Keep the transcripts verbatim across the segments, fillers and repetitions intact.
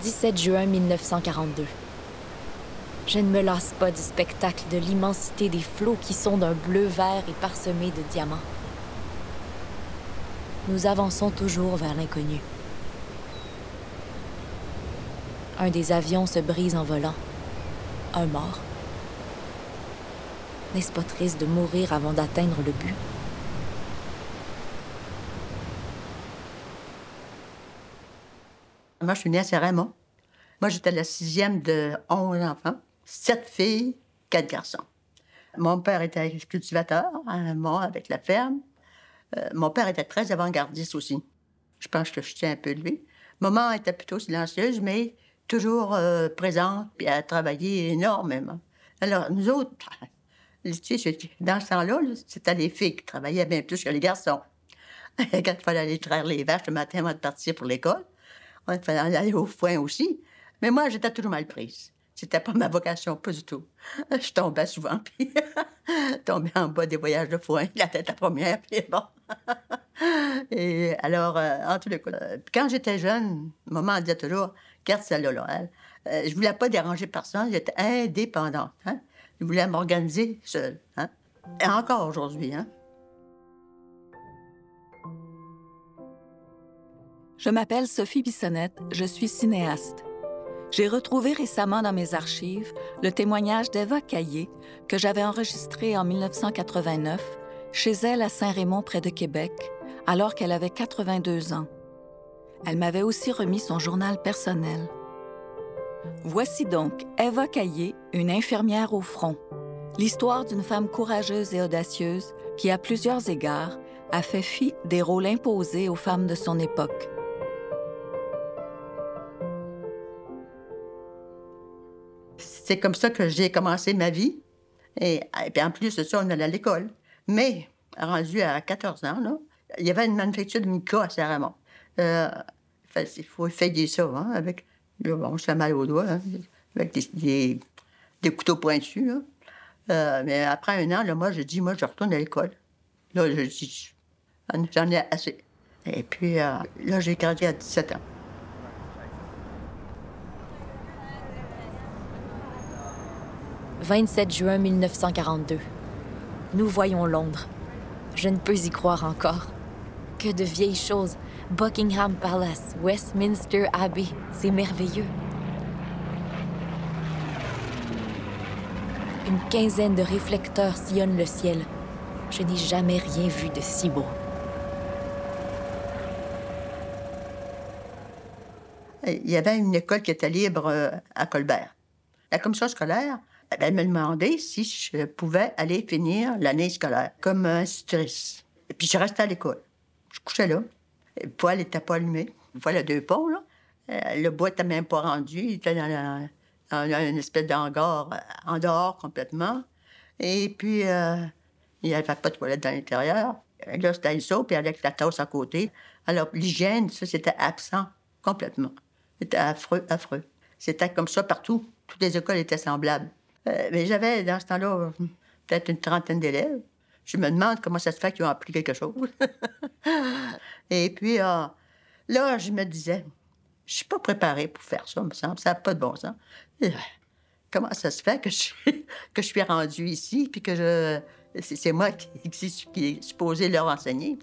dix-sept juin mille neuf cent quarante-deux. Je ne me lasse pas du spectacle de l'immensité des flots qui sont d'un bleu vert et parsemés de diamants. Nous avançons toujours vers l'inconnu. Un des avions se brise en volant. Un mort. N'est-ce pas triste de mourir avant d'atteindre le but? Moi, je suis née à Saint-Raymond. Moi, j'étais la sixième de onze enfants. Sept filles, quatre garçons. Mon père était cultivateur à un mont avec la ferme. Euh, mon père était très avant-gardiste aussi. Je pense que je tiens un peu de lui. Maman était plutôt silencieuse, mais toujours euh, présente, puis elle travaillait énormément. Alors, nous autres, tu sais, dans ce temps-là, là, c'était les filles qui travaillaient bien plus que les garçons. Quand il fallait aller traire les vaches le matin avant de partir pour l'école, il fallait aller au foin aussi. Mais moi, j'étais toujours mal prise. C'était pas ma vocation, pas du tout. Je tombais souvent, puis tombais en bas des voyages de foin, la tête à première, puis bon. Et alors, euh, en tous les cas, euh, quand j'étais jeune, maman disait toujours, garde celle-là, là, elle. Euh, je voulais pas déranger personne, j'étais indépendante, hein. Je voulais m'organiser seule, hein. Et encore aujourd'hui, hein. Je m'appelle Sophie Bissonnette, je suis cinéaste. J'ai retrouvé récemment dans mes archives le témoignage d'Eva Caillé que j'avais enregistré en mille neuf cent quatre-vingt-neuf chez elle à Saint-Raymond près de Québec, alors qu'elle avait quatre-vingt-deux ans. Elle m'avait aussi remis son journal personnel. Voici donc Eva Caillé, une infirmière au front. L'histoire d'une femme courageuse et audacieuse qui, à plusieurs égards, a fait fi des rôles imposés aux femmes de son époque. C'est comme ça que j'ai commencé ma vie. Et, et puis en plus de ça, on allait à l'école. Mais, rendu à quatorze ans, là, il y avait une manufacture de mica à Saint-Raymond. Euh, il faut faillir ça, hein, avec... Là, bon, je fais mal aux doigts, hein, avec des, des, des couteaux pointus, là. Euh, mais après un an, là, moi, je dis, moi, je retourne à l'école. Là, je dis, j'en ai assez. Et puis, euh, là, j'ai gradué à dix-sept ans. vingt-sept juin mille neuf cent quarante-deux. Nous voyons Londres. Je ne peux y croire encore. Que de vieilles choses. Buckingham Palace, Westminster Abbey, c'est merveilleux. Une quinzaine de réflecteurs sillonnent le ciel. Je n'ai jamais rien vu de si beau. Il y avait une école qui était libre euh, à Colbert. La commission scolaire, elle me demandait si je pouvais aller finir l'année scolaire comme institutrice. Et puis je restais à l'école. Je couchais là. Le poêle n'était pas allumé. Une fois, le deux ponts, là. Euh, le bois n'était même pas rendu. Il était dans, la, dans une espèce d'hangar euh, en dehors complètement. Et puis, euh, il n'y avait pas de toilette dans l'intérieur. Là, c'était ça, puis avec la tasse à côté. Alors, l'hygiène, ça, c'était absent complètement. C'était affreux, affreux. C'était comme ça partout. Toutes les écoles étaient semblables. Euh, mais j'avais, dans ce temps-là, peut-être une trentaine d'élèves. Je me demande comment ça se fait qu'ils ont appris quelque chose. Et puis, euh, là, je me disais, je suis pas préparée pour faire ça, me semble. Ça n'a pas de bon sens. Et, comment ça se fait que je, que je suis rendue ici, puis que je... C'est, c'est moi qui, qui, qui est supposée leur enseigner.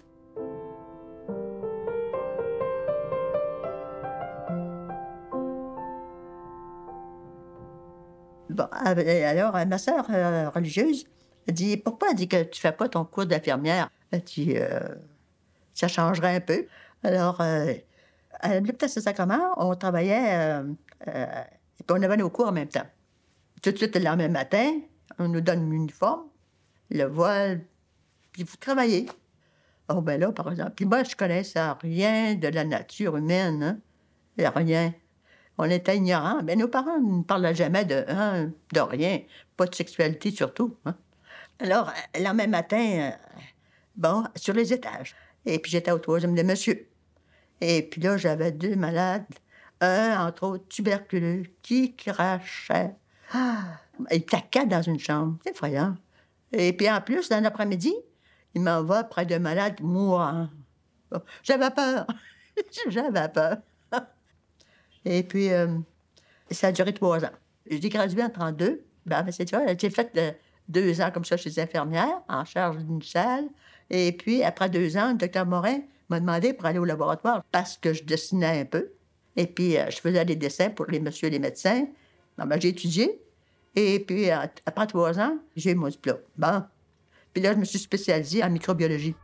Bon, alors, ma sœur euh, religieuse, elle dit, pourquoi elle dit que tu fais pas ton cours d'infirmière? Elle dit, euh, ça changerait un peu. Alors, euh, à le Saint-Sacrement, on travaillait, euh, euh, et puis on avait nos cours en même temps. Tout de suite, le lendemain matin, on nous donne l'uniforme, le voile, puis vous travaillez. Oh, ben là, par exemple. Puis moi, je connaissais rien de la nature humaine, hein? Rien. On était ignorants. Mais nos parents ne parlaient jamais de, hein, de rien. Pas de sexualité, surtout. Hein? Alors, le lendemain matin, euh, bon, sur les étages. Et puis j'étais au troisième de monsieur. Et puis là, j'avais deux malades. Un, entre autres, tuberculeux, qui crachait. Ah, il taquait dans une chambre. C'est effrayant. Et puis en plus, dans l'après-midi, il m'envoie près d'un malade mourant. J'avais peur. J'avais peur. Et puis, euh, ça a duré trois ans. J'ai gradué en trente-deux. Ben, c'est ça, j'ai fait euh, deux ans comme ça chez les infirmières, en charge d'une salle. Et puis, après deux ans, le docteur Morin m'a demandé pour aller au laboratoire parce que je dessinais un peu. Et puis, euh, je faisais des dessins pour les messieurs les médecins. Ben, ben, j'ai étudié. Et puis, euh, après trois ans, j'ai eu mon diplôme. Bon. Puis là, je me suis spécialisée en microbiologie.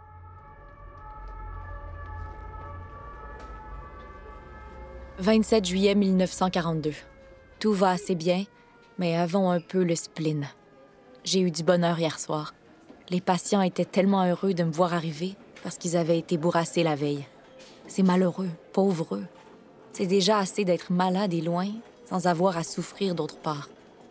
vingt-sept juillet mille neuf cent quarante-deux. Tout va assez bien, mais avons un peu le spleen. J'ai eu du bonheur hier soir. Les patients étaient tellement heureux de me voir arriver parce qu'ils avaient été bourrassés la veille. C'est malheureux, pauvres eux. C'est déjà assez d'être malade et loin sans avoir à souffrir d'autre part.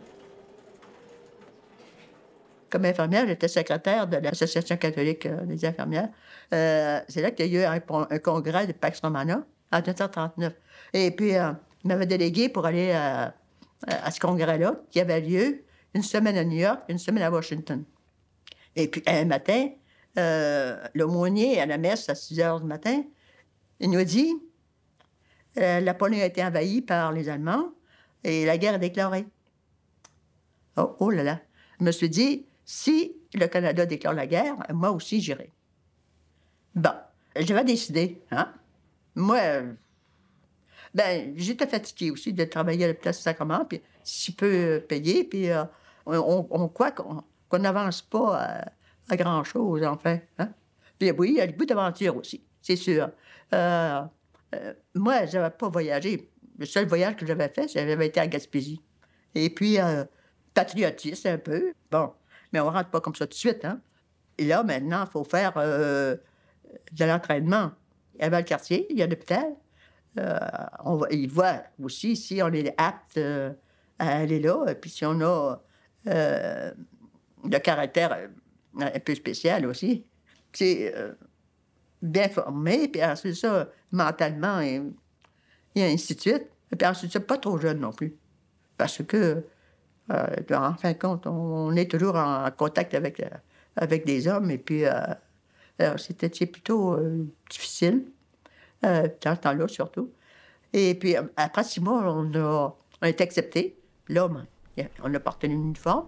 Comme infirmière, j'étais secrétaire de l'Association catholique des infirmières. Euh, c'est là qu'il y a eu un, un congrès de Pax Romana en dix-neuf cent trente-neuf. Et puis, euh, il m'avait délégué pour aller euh, à ce congrès-là, qui avait lieu une semaine à New York, une semaine à Washington. Et puis, un matin, euh, l'aumônier à la messe à six heures du matin, il nous dit euh, la Pologne a été envahie par les Allemands et la guerre est déclarée. Oh, oh là là. Je me suis dit, si le Canada déclare la guerre, moi aussi, j'irai. Bon, j'avais décidé, hein? Moi, euh, ben, j'étais fatiguée aussi de travailler à l'hôpital Saint-Sacrement, puis si peu payé, puis euh, on, on croit qu'on qu'on n'avance pas à, à grand-chose, enfin. Hein? Puis oui, il y a le bout d'aventure aussi, c'est sûr. Euh, euh, moi, je n'avais pas voyagé. Le seul voyage que j'avais fait, j'avais été à Gaspésie. Et puis, euh, patriotisme un peu. Bon, mais on ne rentre pas comme ça tout de suite, hein? Et là, maintenant, il faut faire euh, de l'entraînement. Il y avait le quartier, il y a l'hôpital. Euh, on va, il voit aussi si on est apte euh, à aller là, et puis si on a euh, le caractère un peu spécial aussi. C'est euh, bien formé, puis ensuite ça, mentalement, et, et ainsi de suite. Et puis ensuite ça, pas trop jeune non plus. Parce que, euh, en fin de compte, on, on est toujours en contact avec, euh, avec des hommes, et puis euh, alors, c'était plutôt euh, difficile. Euh, dans ce temps-là, surtout. Et puis, après six mois, on a, on a été acceptés. Là, on a porté l'uniforme.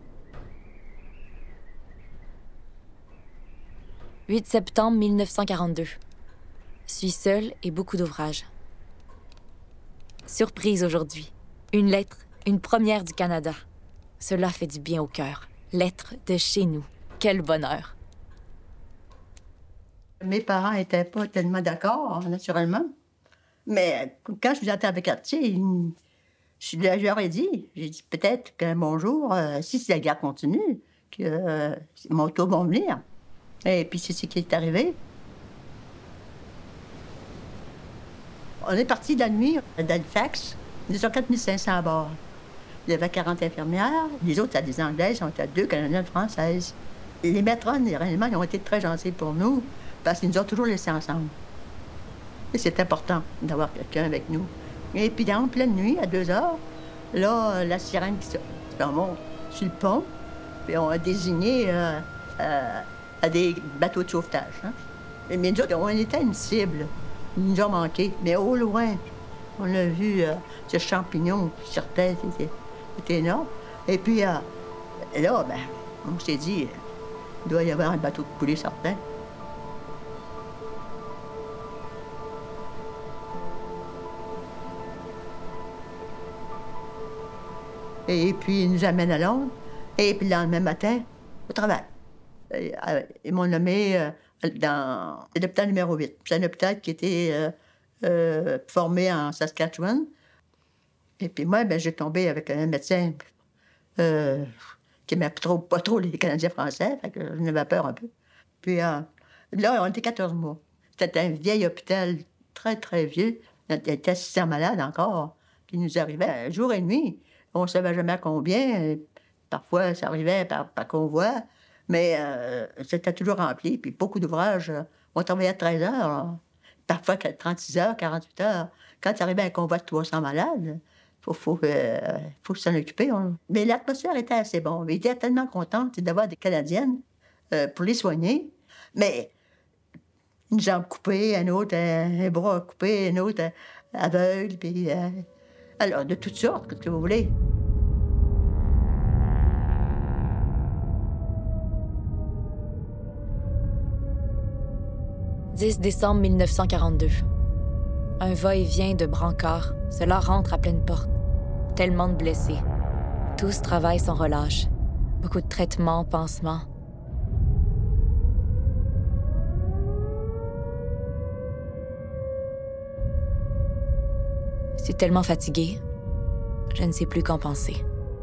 huit septembre mille neuf cent quarante-deux. Suis seule et beaucoup d'ouvrages. Surprise aujourd'hui. Une lettre, une première du Canada. Cela fait du bien au cœur. Lettre de chez nous. Quel bonheur. Mes parents n'étaient pas tellement d'accord, naturellement. Mais quand je vous entends avec Artie, je leur ai dit, j'ai dit peut-être qu'un bon jour, euh, si la guerre continue, que euh, mon tour va venir. Et puis c'est ce qui est arrivé. On est parti de la nuit d'Halifax. Nous sommes quatre mille cinq cents à bord. Il y avait quarante infirmières. Les autres, c'est des Anglaises, on était deux Canadiennes françaises. Les matrones, réellement, ils ont été très gentils pour nous. Parce qu'ils nous ont toujours laissés ensemble. Et c'est important d'avoir quelqu'un avec nous. Et puis, en pleine nuit, à deux heures, là, la sirène qui se... On monte sur le pont, puis on a désigné euh, euh, à des bateaux de sauvetage. Hein? Mais nous autres, on était une cible. Ils nous ont manqué. Mais au loin, on a vu euh, ce champignon qui sortait. C'était, c'était énorme. Et puis, euh, là, ben, on s'est dit, il doit y avoir un bateau de coulée certain. Et puis, ils nous amènent à Londres. Et puis, le lendemain matin, au travail. Et, euh, ils m'ont nommé euh, dans l'hôpital numéro huit. C'est un hôpital qui était euh, euh, formé en Saskatchewan. Et puis moi, ben, j'ai tombé avec un médecin euh, qui n'aimait pas trop, pas trop les Canadiens français. Fait que je n'avais peur un peu. Puis euh, là, on était quatorze mois. C'était un vieil hôpital, très, très vieux. On était six cents malades encore, qui nous arrivaient jour et nuit. On ne savait jamais combien. Parfois, ça arrivait par, par convoi. Mais euh, c'était toujours rempli. Puis beaucoup d'ouvrages. On travaillait à treize heures. Là. Parfois trente-six heures, quarante-huit heures. Quand il arrivait un convoi de trois cents malades, il faut, faut, euh, faut s'en occuper. On... Mais l'atmosphère était assez bonne. Ils étaient tellement contents d'avoir des Canadiennes euh, pour les soigner. Mais une jambe coupée, un autre, un, un bras coupé, un autre, aveugles, puis... Euh, alors, de toutes sortes, qu'est-ce que vous voulez. dix décembre mille neuf cent quarante-deux. Un va-et-vient de brancards. Cela rentre à pleine porte. Tellement de blessés. Tous travaillent sans relâche. Beaucoup de traitements, pansements. Je suis tellement fatiguée. Je ne sais plus qu'en penser.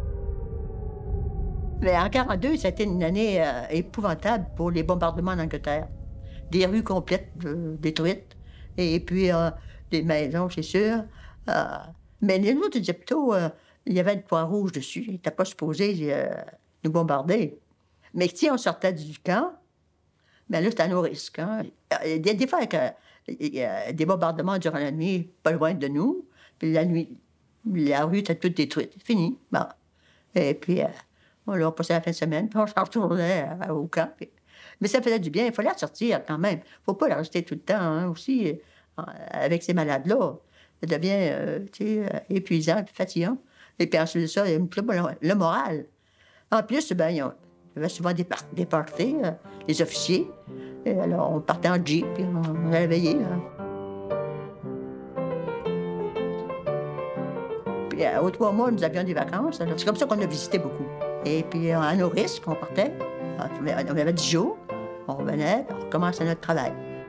Mais en quarante-deux, ça a été une année euh, épouvantable pour les bombardements en Angleterre. Des rues complètes euh, détruites. Et puis, euh, des maisons, c'est sûr. Euh, mais les autres hôpitaux, euh, il y avait une croix rouge dessus. Ils n'étaient pas supposés euh, nous bombarder. Mais si on sortait du camp, bien là, c'était à nos risques. Hein. Des, des fois, avec, euh, des bombardements durant la nuit, pas loin de nous. Puis la nuit, la rue était toute détruite. Fini. Bon. Et puis, euh, on l'a passé la fin de semaine, puis on s'en retournait euh, au camp. Puis... Mais ça faisait du bien. Il fallait sortir quand même. Il ne faut pas la rester tout le temps, hein, aussi, euh, avec ces malades-là. Ça devient, euh, tu sais, euh, épuisant, puis fatigant. Et puis ensuite de ça, il y a une, le moral. En plus, ben, il y avait souvent des, par des parties, euh, les officiers. Et alors, on partait en jeep, puis on, on allait veiller. Hein. Puis, euh, aux trois mois, nous avions des vacances. C'est comme ça qu'on a visité beaucoup. Et puis, euh, à nos risques, on partait. On avait dix jours. On revenait, on recommençait notre travail.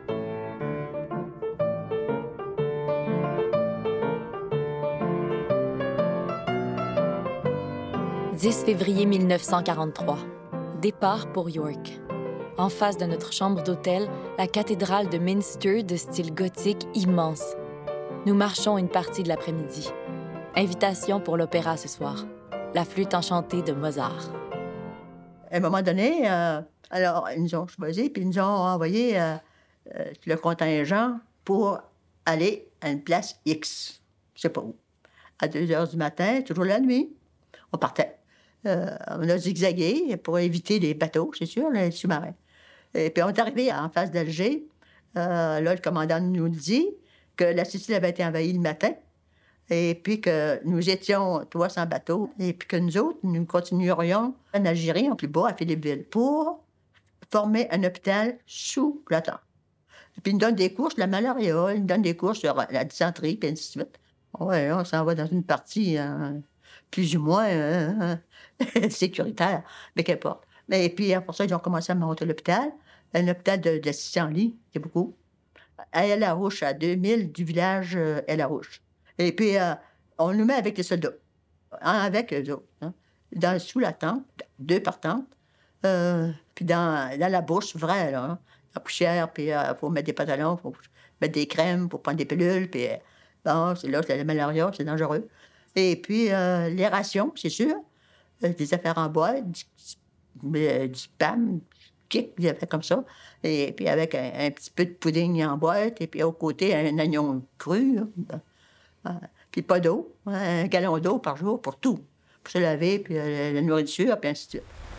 dix février mille neuf cent quarante-trois. Départ pour York. En face de notre chambre d'hôtel, la cathédrale de Minster de style gothique immense. Nous marchons une partie de l'après-midi. Invitation pour l'opéra ce soir. La flûte enchantée de Mozart. À un moment donné, euh, alors, ils nous ont choisi, puis ils nous ont envoyé euh, euh, le contingent pour aller à une place X. Je sais pas où. À deux heures du matin, toujours la nuit, on partait. Euh, on a zigzagué pour éviter les bateaux, c'est sûr, les sous-marins. Et puis on est arrivé en face d'Alger. Euh, là, le commandant nous dit que la Sicile avait été envahie le matin, et puis que nous étions trois cents bateaux, et puis que nous autres, nous continuerions en Algérie, en plus bas, à Philippeville, pour former un hôpital sous la terre. Puis il nous donne des cours sur la malaria, il nous donne des cours sur la dysenterie, puis ainsi de suite. Ouais, on s'en va dans une partie hein, plus ou moins hein, sécuritaire, mais qu'importe. Mais puis, pour ça, ils ont commencé à monter l'hôpital. Un hôpital de, de six cents lits, c'est beaucoup. À El-Arouche, à deux mille du village euh, El-Arouche. Et puis, euh, on nous met avec les soldats, hein, avec eux autres, hein, dans, sous la tente, deux par tente, euh, puis dans, dans la bourse vraie, là, hein, la poussière, puis il euh, faut mettre des pantalons, il faut mettre des crèmes, pour prendre des pilules, puis euh, bon, c'est là, c'est la malaria, c'est dangereux. Et puis, euh, les rations, c'est sûr, euh, des affaires en bois, du, du, du spam, kick, des affaires comme ça, et puis avec un, un petit peu de pudding en boîte, et puis au côté, un oignon cru, là. Euh, puis pas d'eau, hein, un gallon d'eau par jour pour tout. Pour se laver, puis euh, la nourriture, puis ainsi de suite.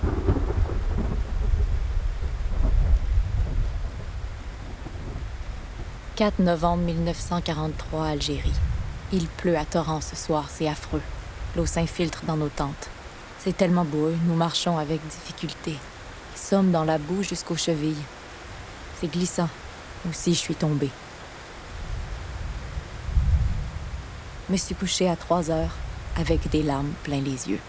quatre novembre mille neuf cent quarante-trois, Algérie. Il pleut à torrents ce soir, c'est affreux. L'eau s'infiltre dans nos tentes. C'est tellement beau, nous marchons avec difficulté. Nous sommes dans la boue jusqu'aux chevilles. C'est glissant. Aussi, je suis tombée. Je me suis couchée à trois heures, avec des larmes plein les yeux.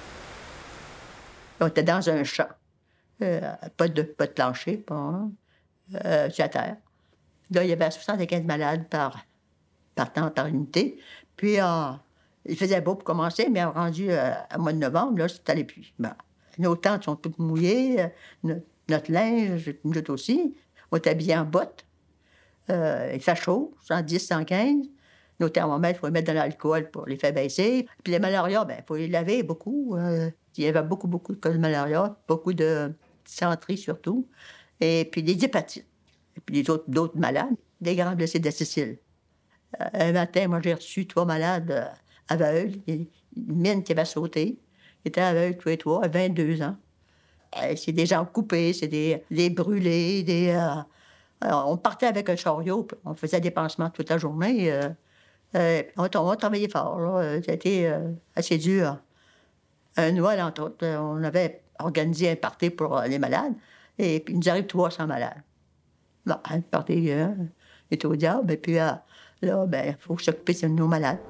On était dans un champ. Euh, pas, de, pas de plancher, pas, hein, euh, sur la terre. Là, il y avait soixante-quinze malades par, par temps, par unité. Puis, euh, il faisait beau pour commencer, mais rendu euh, à mois de novembre, là, c'était l'épuisement. Bon. Nos tentes sont toutes mouillées, euh, notre, notre linge, nous aussi. On est habillés en bottes. Euh, il fait chaud, cent dix, cent quinze. Nos thermomètres, il faut les mettre dans l'alcool pour les faire baisser. Puis les malarias, bien, il faut les laver beaucoup. Euh, il y avait beaucoup, beaucoup de cas de malaria, beaucoup de dysenterie surtout. Et puis des hépatites. Et puis les autres, d'autres malades, des grands blessés de la Sicile. Euh, un matin, moi, j'ai reçu trois malades euh, aveugles. Une mine qui avait sauté. Ils étaient aveugles tous les trois, à vingt-deux ans. Euh, c'est des jambes coupées, c'est des, des brûlés, des... Euh... Alors, on partait avec un chariot, on faisait des pansements toute la journée. Euh... Euh, on, on a travaillé fort, là. Ça a été euh, assez dur. Un Noël, entre autres, on avait organisé un party pour les malades, et puis il nous arrive trois cents malades. Bon, le party euh, est au diable, et puis euh, là, ben, il faut s'occuper de nos malades.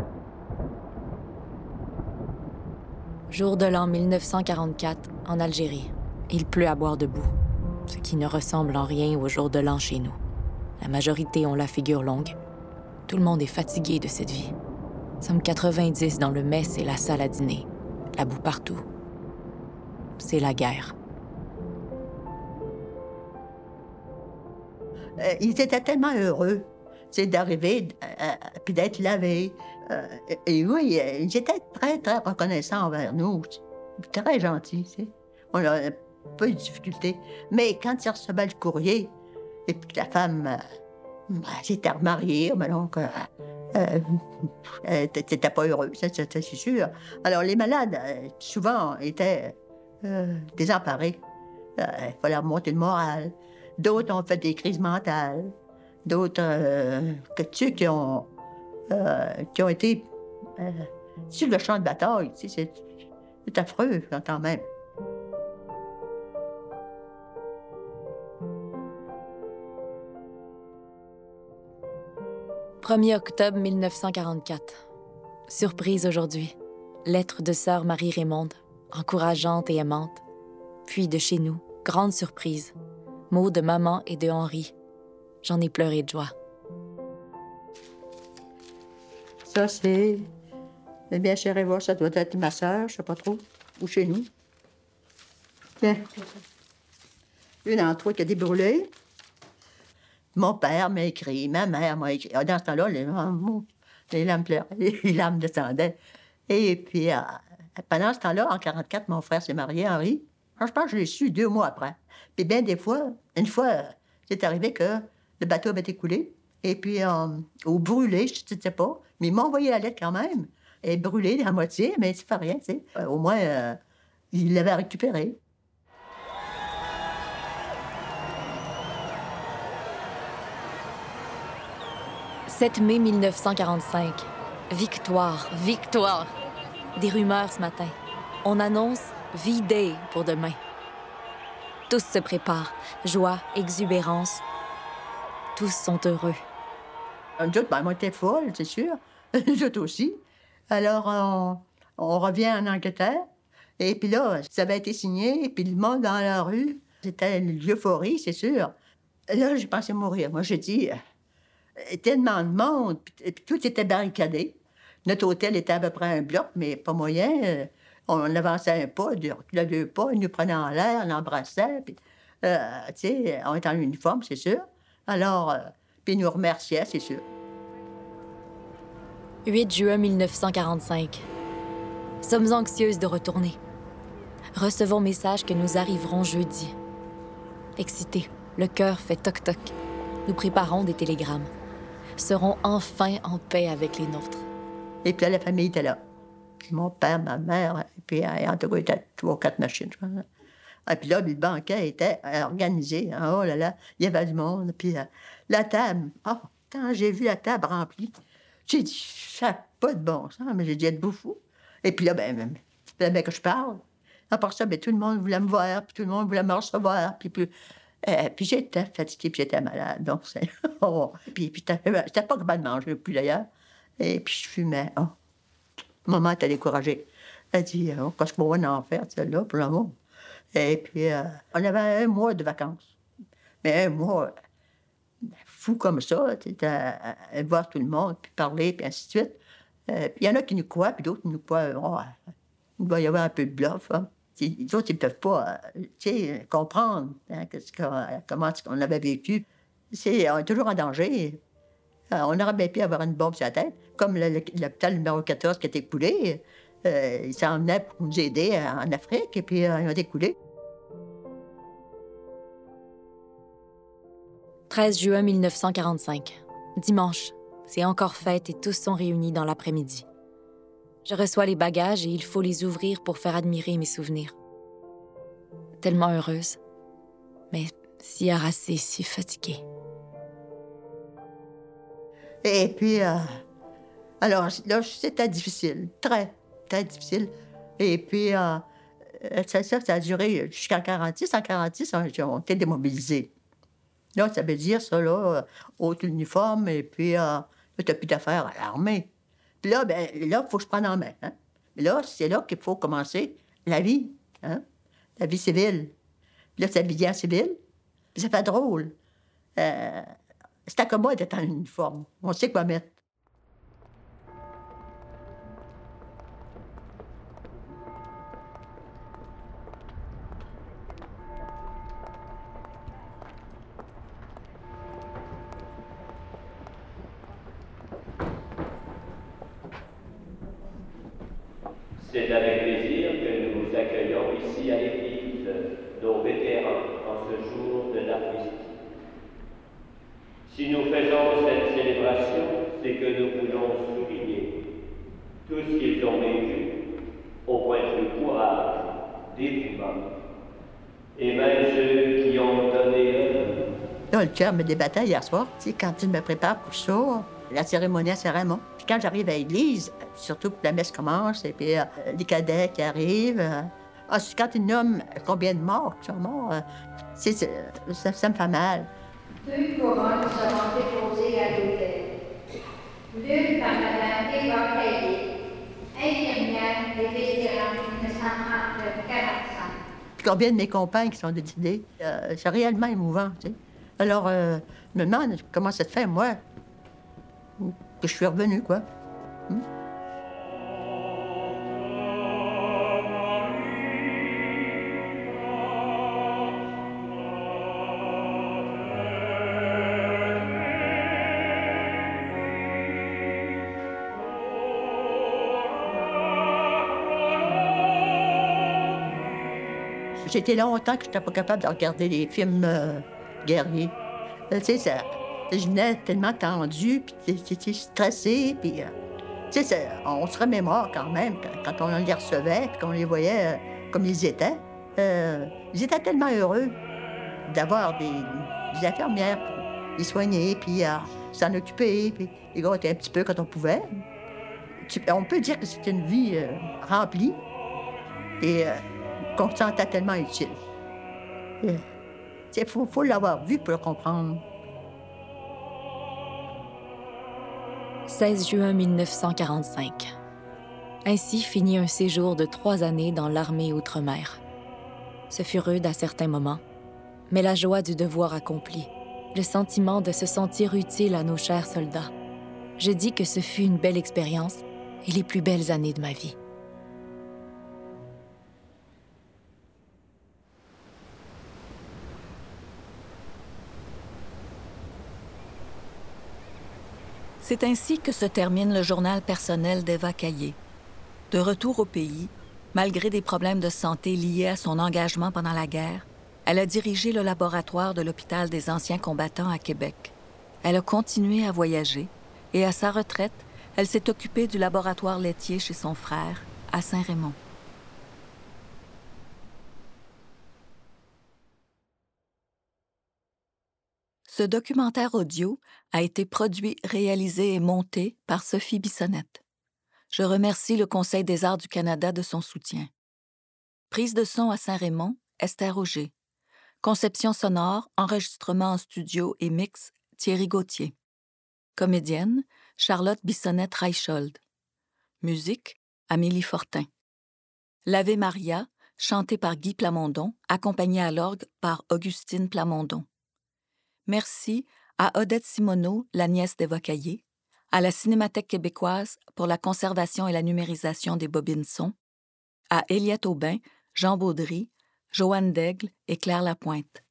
Jour de l'an mille neuf cent quarante-quatre, en Algérie. Il pleut à boire debout, ce qui ne ressemble en rien au jour de l'an chez nous. La majorité ont la figure longue. Tout le monde est fatigué de cette vie. Nous sommes quatre-vingt-dix dans le mess et la salle à dîner. La boue partout. C'est la guerre. Euh, ils étaient tellement heureux, c'est d'arriver euh, puis d'être lavés. Euh, et, et oui, ils étaient très, très reconnaissants envers nous. Très gentils, tu sais. On n'a pas eu de difficulté. Mais quand ils recevaient le courrier, et puis que la femme euh, s'était remariée, ben donc, euh, euh, elle n'était pas heureuse, c'est sûr. Alors, les malades, euh, souvent, étaient euh, désemparés. Euh, il fallait remonter le moral. D'autres ont fait des crises mentales. D'autres, euh, que tu sais, qui ont, euh, qui ont été euh, sur le champ de bataille. Tu sais, c'est affreux, quand même. premier octobre mille neuf cent quarante-quatre. Surprise aujourd'hui. Lettre de sœur Marie-Raymonde, encourageante et aimante. Puis de chez nous, grande surprise. Mots de maman et de Henri. J'en ai pleuré de joie. Ça, c'est... Eh bien, chérie, voir, ça doit être ma sœur, je sais pas trop, ou chez nous. Tiens. Une entre eux qui a débrûlé. Mon père m'a écrit, ma mère m'a écrit. Dans ce temps-là, les, les larmes pleuraient, les larmes descendaient. Et puis, euh, pendant ce temps-là, en quarante-quatre, mon frère s'est marié, Henri. Je pense que je l'ai su deux mois après. Puis bien des fois, une fois, c'est arrivé que le bateau avait été coulé. Et puis, euh, ou brûlé, je ne sais pas. Mais il m'a envoyé la lettre quand même. Et brûlée à moitié, mais c'est pas rien, tu sais. Euh, au moins, euh, il l'avait récupérée. sept mai mille neuf cent quarante-cinq. Victoire, victoire. Des rumeurs ce matin. On annonce V-Day pour demain. Tous se préparent. Joie, exubérance. Tous sont heureux. Nous autres, ben, on était folles, c'est sûr. Nous autres aussi. Alors, on, on revient en Angleterre. Et puis là, ça avait été signé. Et puis le monde dans la rue, c'était l'euphorie, c'est sûr. Là, j'ai pensé mourir. Moi, j'ai dit, euh, tellement de monde. Puis, puis tout était barricadé. Notre hôtel était à peu près un bloc, mais pas moyen. Euh, on avançait un pas, deux, deux pas. Ils nous prenaient en l'air, on embrassait. Puis, euh, tu sais, on était en uniforme, c'est sûr. Alors, euh, puis ils nous remerciaient, c'est sûr. huit juin mille neuf cent quarante-cinq. Sommes anxieuses de retourner. Recevons message que nous arriverons jeudi. Excités, le cœur fait toc-toc. Nous préparons des télégrammes. Serons enfin en paix avec les nôtres. Et puis là, la famille était là. Mon père, ma mère, et puis en tout cas, il y avait trois ou quatre machines, je pense. Et puis là, le banquet était organisé. Hein, oh là là, il y avait du monde. Puis euh, la table, oh, quand j'ai vu la table remplie, j'ai dit, ça n'a pas de bon sens, mais j'ai dit, êtes-vous fou? Et puis là, ben, il fallait bien que je parle. À part ça, ben, tout le monde voulait me voir, puis tout le monde voulait me recevoir. Puis, puis, euh, puis j'étais fatiguée, puis j'étais malade. Donc, c'est... oh. Puis, puis j'étais pas capable de manger, puis d'ailleurs. Et puis je fumais. Oh. Maman était découragée. Elle dit, oh, qu'est-ce qu'on va en faire, celle-là, pour l'amour? Et puis, euh, on avait un mois de vacances. Mais un mois fou comme ça, tu sais, à, à voir tout le monde, puis parler, puis ainsi de suite. Euh, puis il y en a qui nous croient, puis d'autres qui nous croient. Oh, il doit y avoir un peu de bluff. Hein. Les autres, ils ne peuvent pas tu sais, comprendre hein, que, comment on avait vécu. C'est, on est toujours en danger. Euh, on aurait bien pu avoir une bombe sur la tête, comme le, le, l'hôpital numéro quatorze qui a été coulé. Euh, ils s'en venaient pour nous aider en Afrique, et puis euh, ils ont été coulés. treize juin mille neuf cent quarante-cinq. Dimanche. C'est encore fête et tous sont réunis dans l'après-midi. Je reçois les bagages et il faut les ouvrir pour faire admirer mes souvenirs. Tellement heureuse, mais si harassée, si fatiguée. Et puis, euh, Alors là, c'était difficile, très, très difficile. Et puis, euh, ça, ça, ça a duré jusqu'en quarante-six. En quarante-six, on, on était démobilisés. Là, ça veut dire ça, là, haute uniforme, et puis euh, là, t'as plus d'affaires à l'armée. Puis là, ben là, il faut que je prenne en main. Hein? Là, c'est là qu'il faut commencer la vie, hein? La vie civile. Puis là, c'est habillé en civil. Puis ça fait drôle. Euh, c'est incommode d'être en uniforme. On sait quoi mettre. C'est avec plaisir que nous accueillons ici à l'église nos vétérans en ce jour de l'armistice. Si nous faisons cette célébration, c'est que nous voulons souligner tout ce qu'ils ont vécu au point de vue courage, dévouement, et même ceux qui ont donné leur vie. Là, le cœur me débattait hier soir. Tu sais, quand il me prépare pour ça, la cérémonie à Saint-Raymond. Puis quand j'arrive à l'église, surtout que la messe commence, et puis euh, les cadets qui arrivent. Euh, ensuite, quand ils nomment combien de morts qui sont morts, euh, c'est, c'est, ça, ça me fait mal. Deux couronnes seront déposées à l'autel. L'une par Mme Eva Caillé, infirmière des vétérans mille neuf cent trente-neuf à quarante-cinq. Puis combien de mes compagnes qui sont décédées, euh, c'est réellement émouvant, tu sais. Alors, euh, je me demande comment ça se fait, moi, que je suis revenue, quoi. Hmm? J'ai été longtemps que je n'étais pas capable de regarder les films euh, guerriers. Euh, tu sais, ça, je venais tellement tendu, puis j'étais stressé, puis... Euh, tu sais, on se remémore quand même quand, quand on les recevait, puis qu'on les voyait euh, comme ils étaient. Euh, ils étaient tellement heureux d'avoir des, des infirmières pour les soigner, puis euh, s'en occuper, puis les gars étaient un petit peu quand on pouvait. Tu, on peut dire que c'était une vie euh, remplie, et euh, qu'on se sentait tellement utile. Il faut, faut l'avoir vu pour le comprendre. seize juin mille neuf cent quarante-cinq. Ainsi finit un séjour de trois années dans l'armée outre-mer. Ce fut rude à certains moments, mais la joie du devoir accompli, le sentiment de se sentir utile à nos chers soldats. Je dis que ce fut une belle expérience et les plus belles années de ma vie. C'est ainsi que se termine le journal personnel d'Eva Caillé. De retour au pays, malgré des problèmes de santé liés à son engagement pendant la guerre, elle a dirigé le laboratoire de l'Hôpital des anciens combattants à Québec. Elle a continué à voyager et à sa retraite, elle s'est occupée du laboratoire laitier chez son frère, à Saint-Raymond. Ce documentaire audio a été produit, réalisé et monté par Sophie Bissonnette. Je remercie le Conseil des arts du Canada de son soutien. Prise de son à Saint-Raymond, Esther Auger. Conception sonore, enregistrement en studio et mix, Thierry Gauthier. Comédienne, Charlotte Bissonnette-Reichold. Musique, Amélie Fortin. L'Ave Maria, chanté par Guy Plamondon, accompagné à l'orgue par Augustine Plamondon. Merci à Odette Simoneau, la nièce d'Eva Caillé, à la Cinémathèque québécoise pour la conservation et la numérisation des bobines son, à Éliette Aubin, Jean Baudry, Joanne Daigle et Claire Lapointe.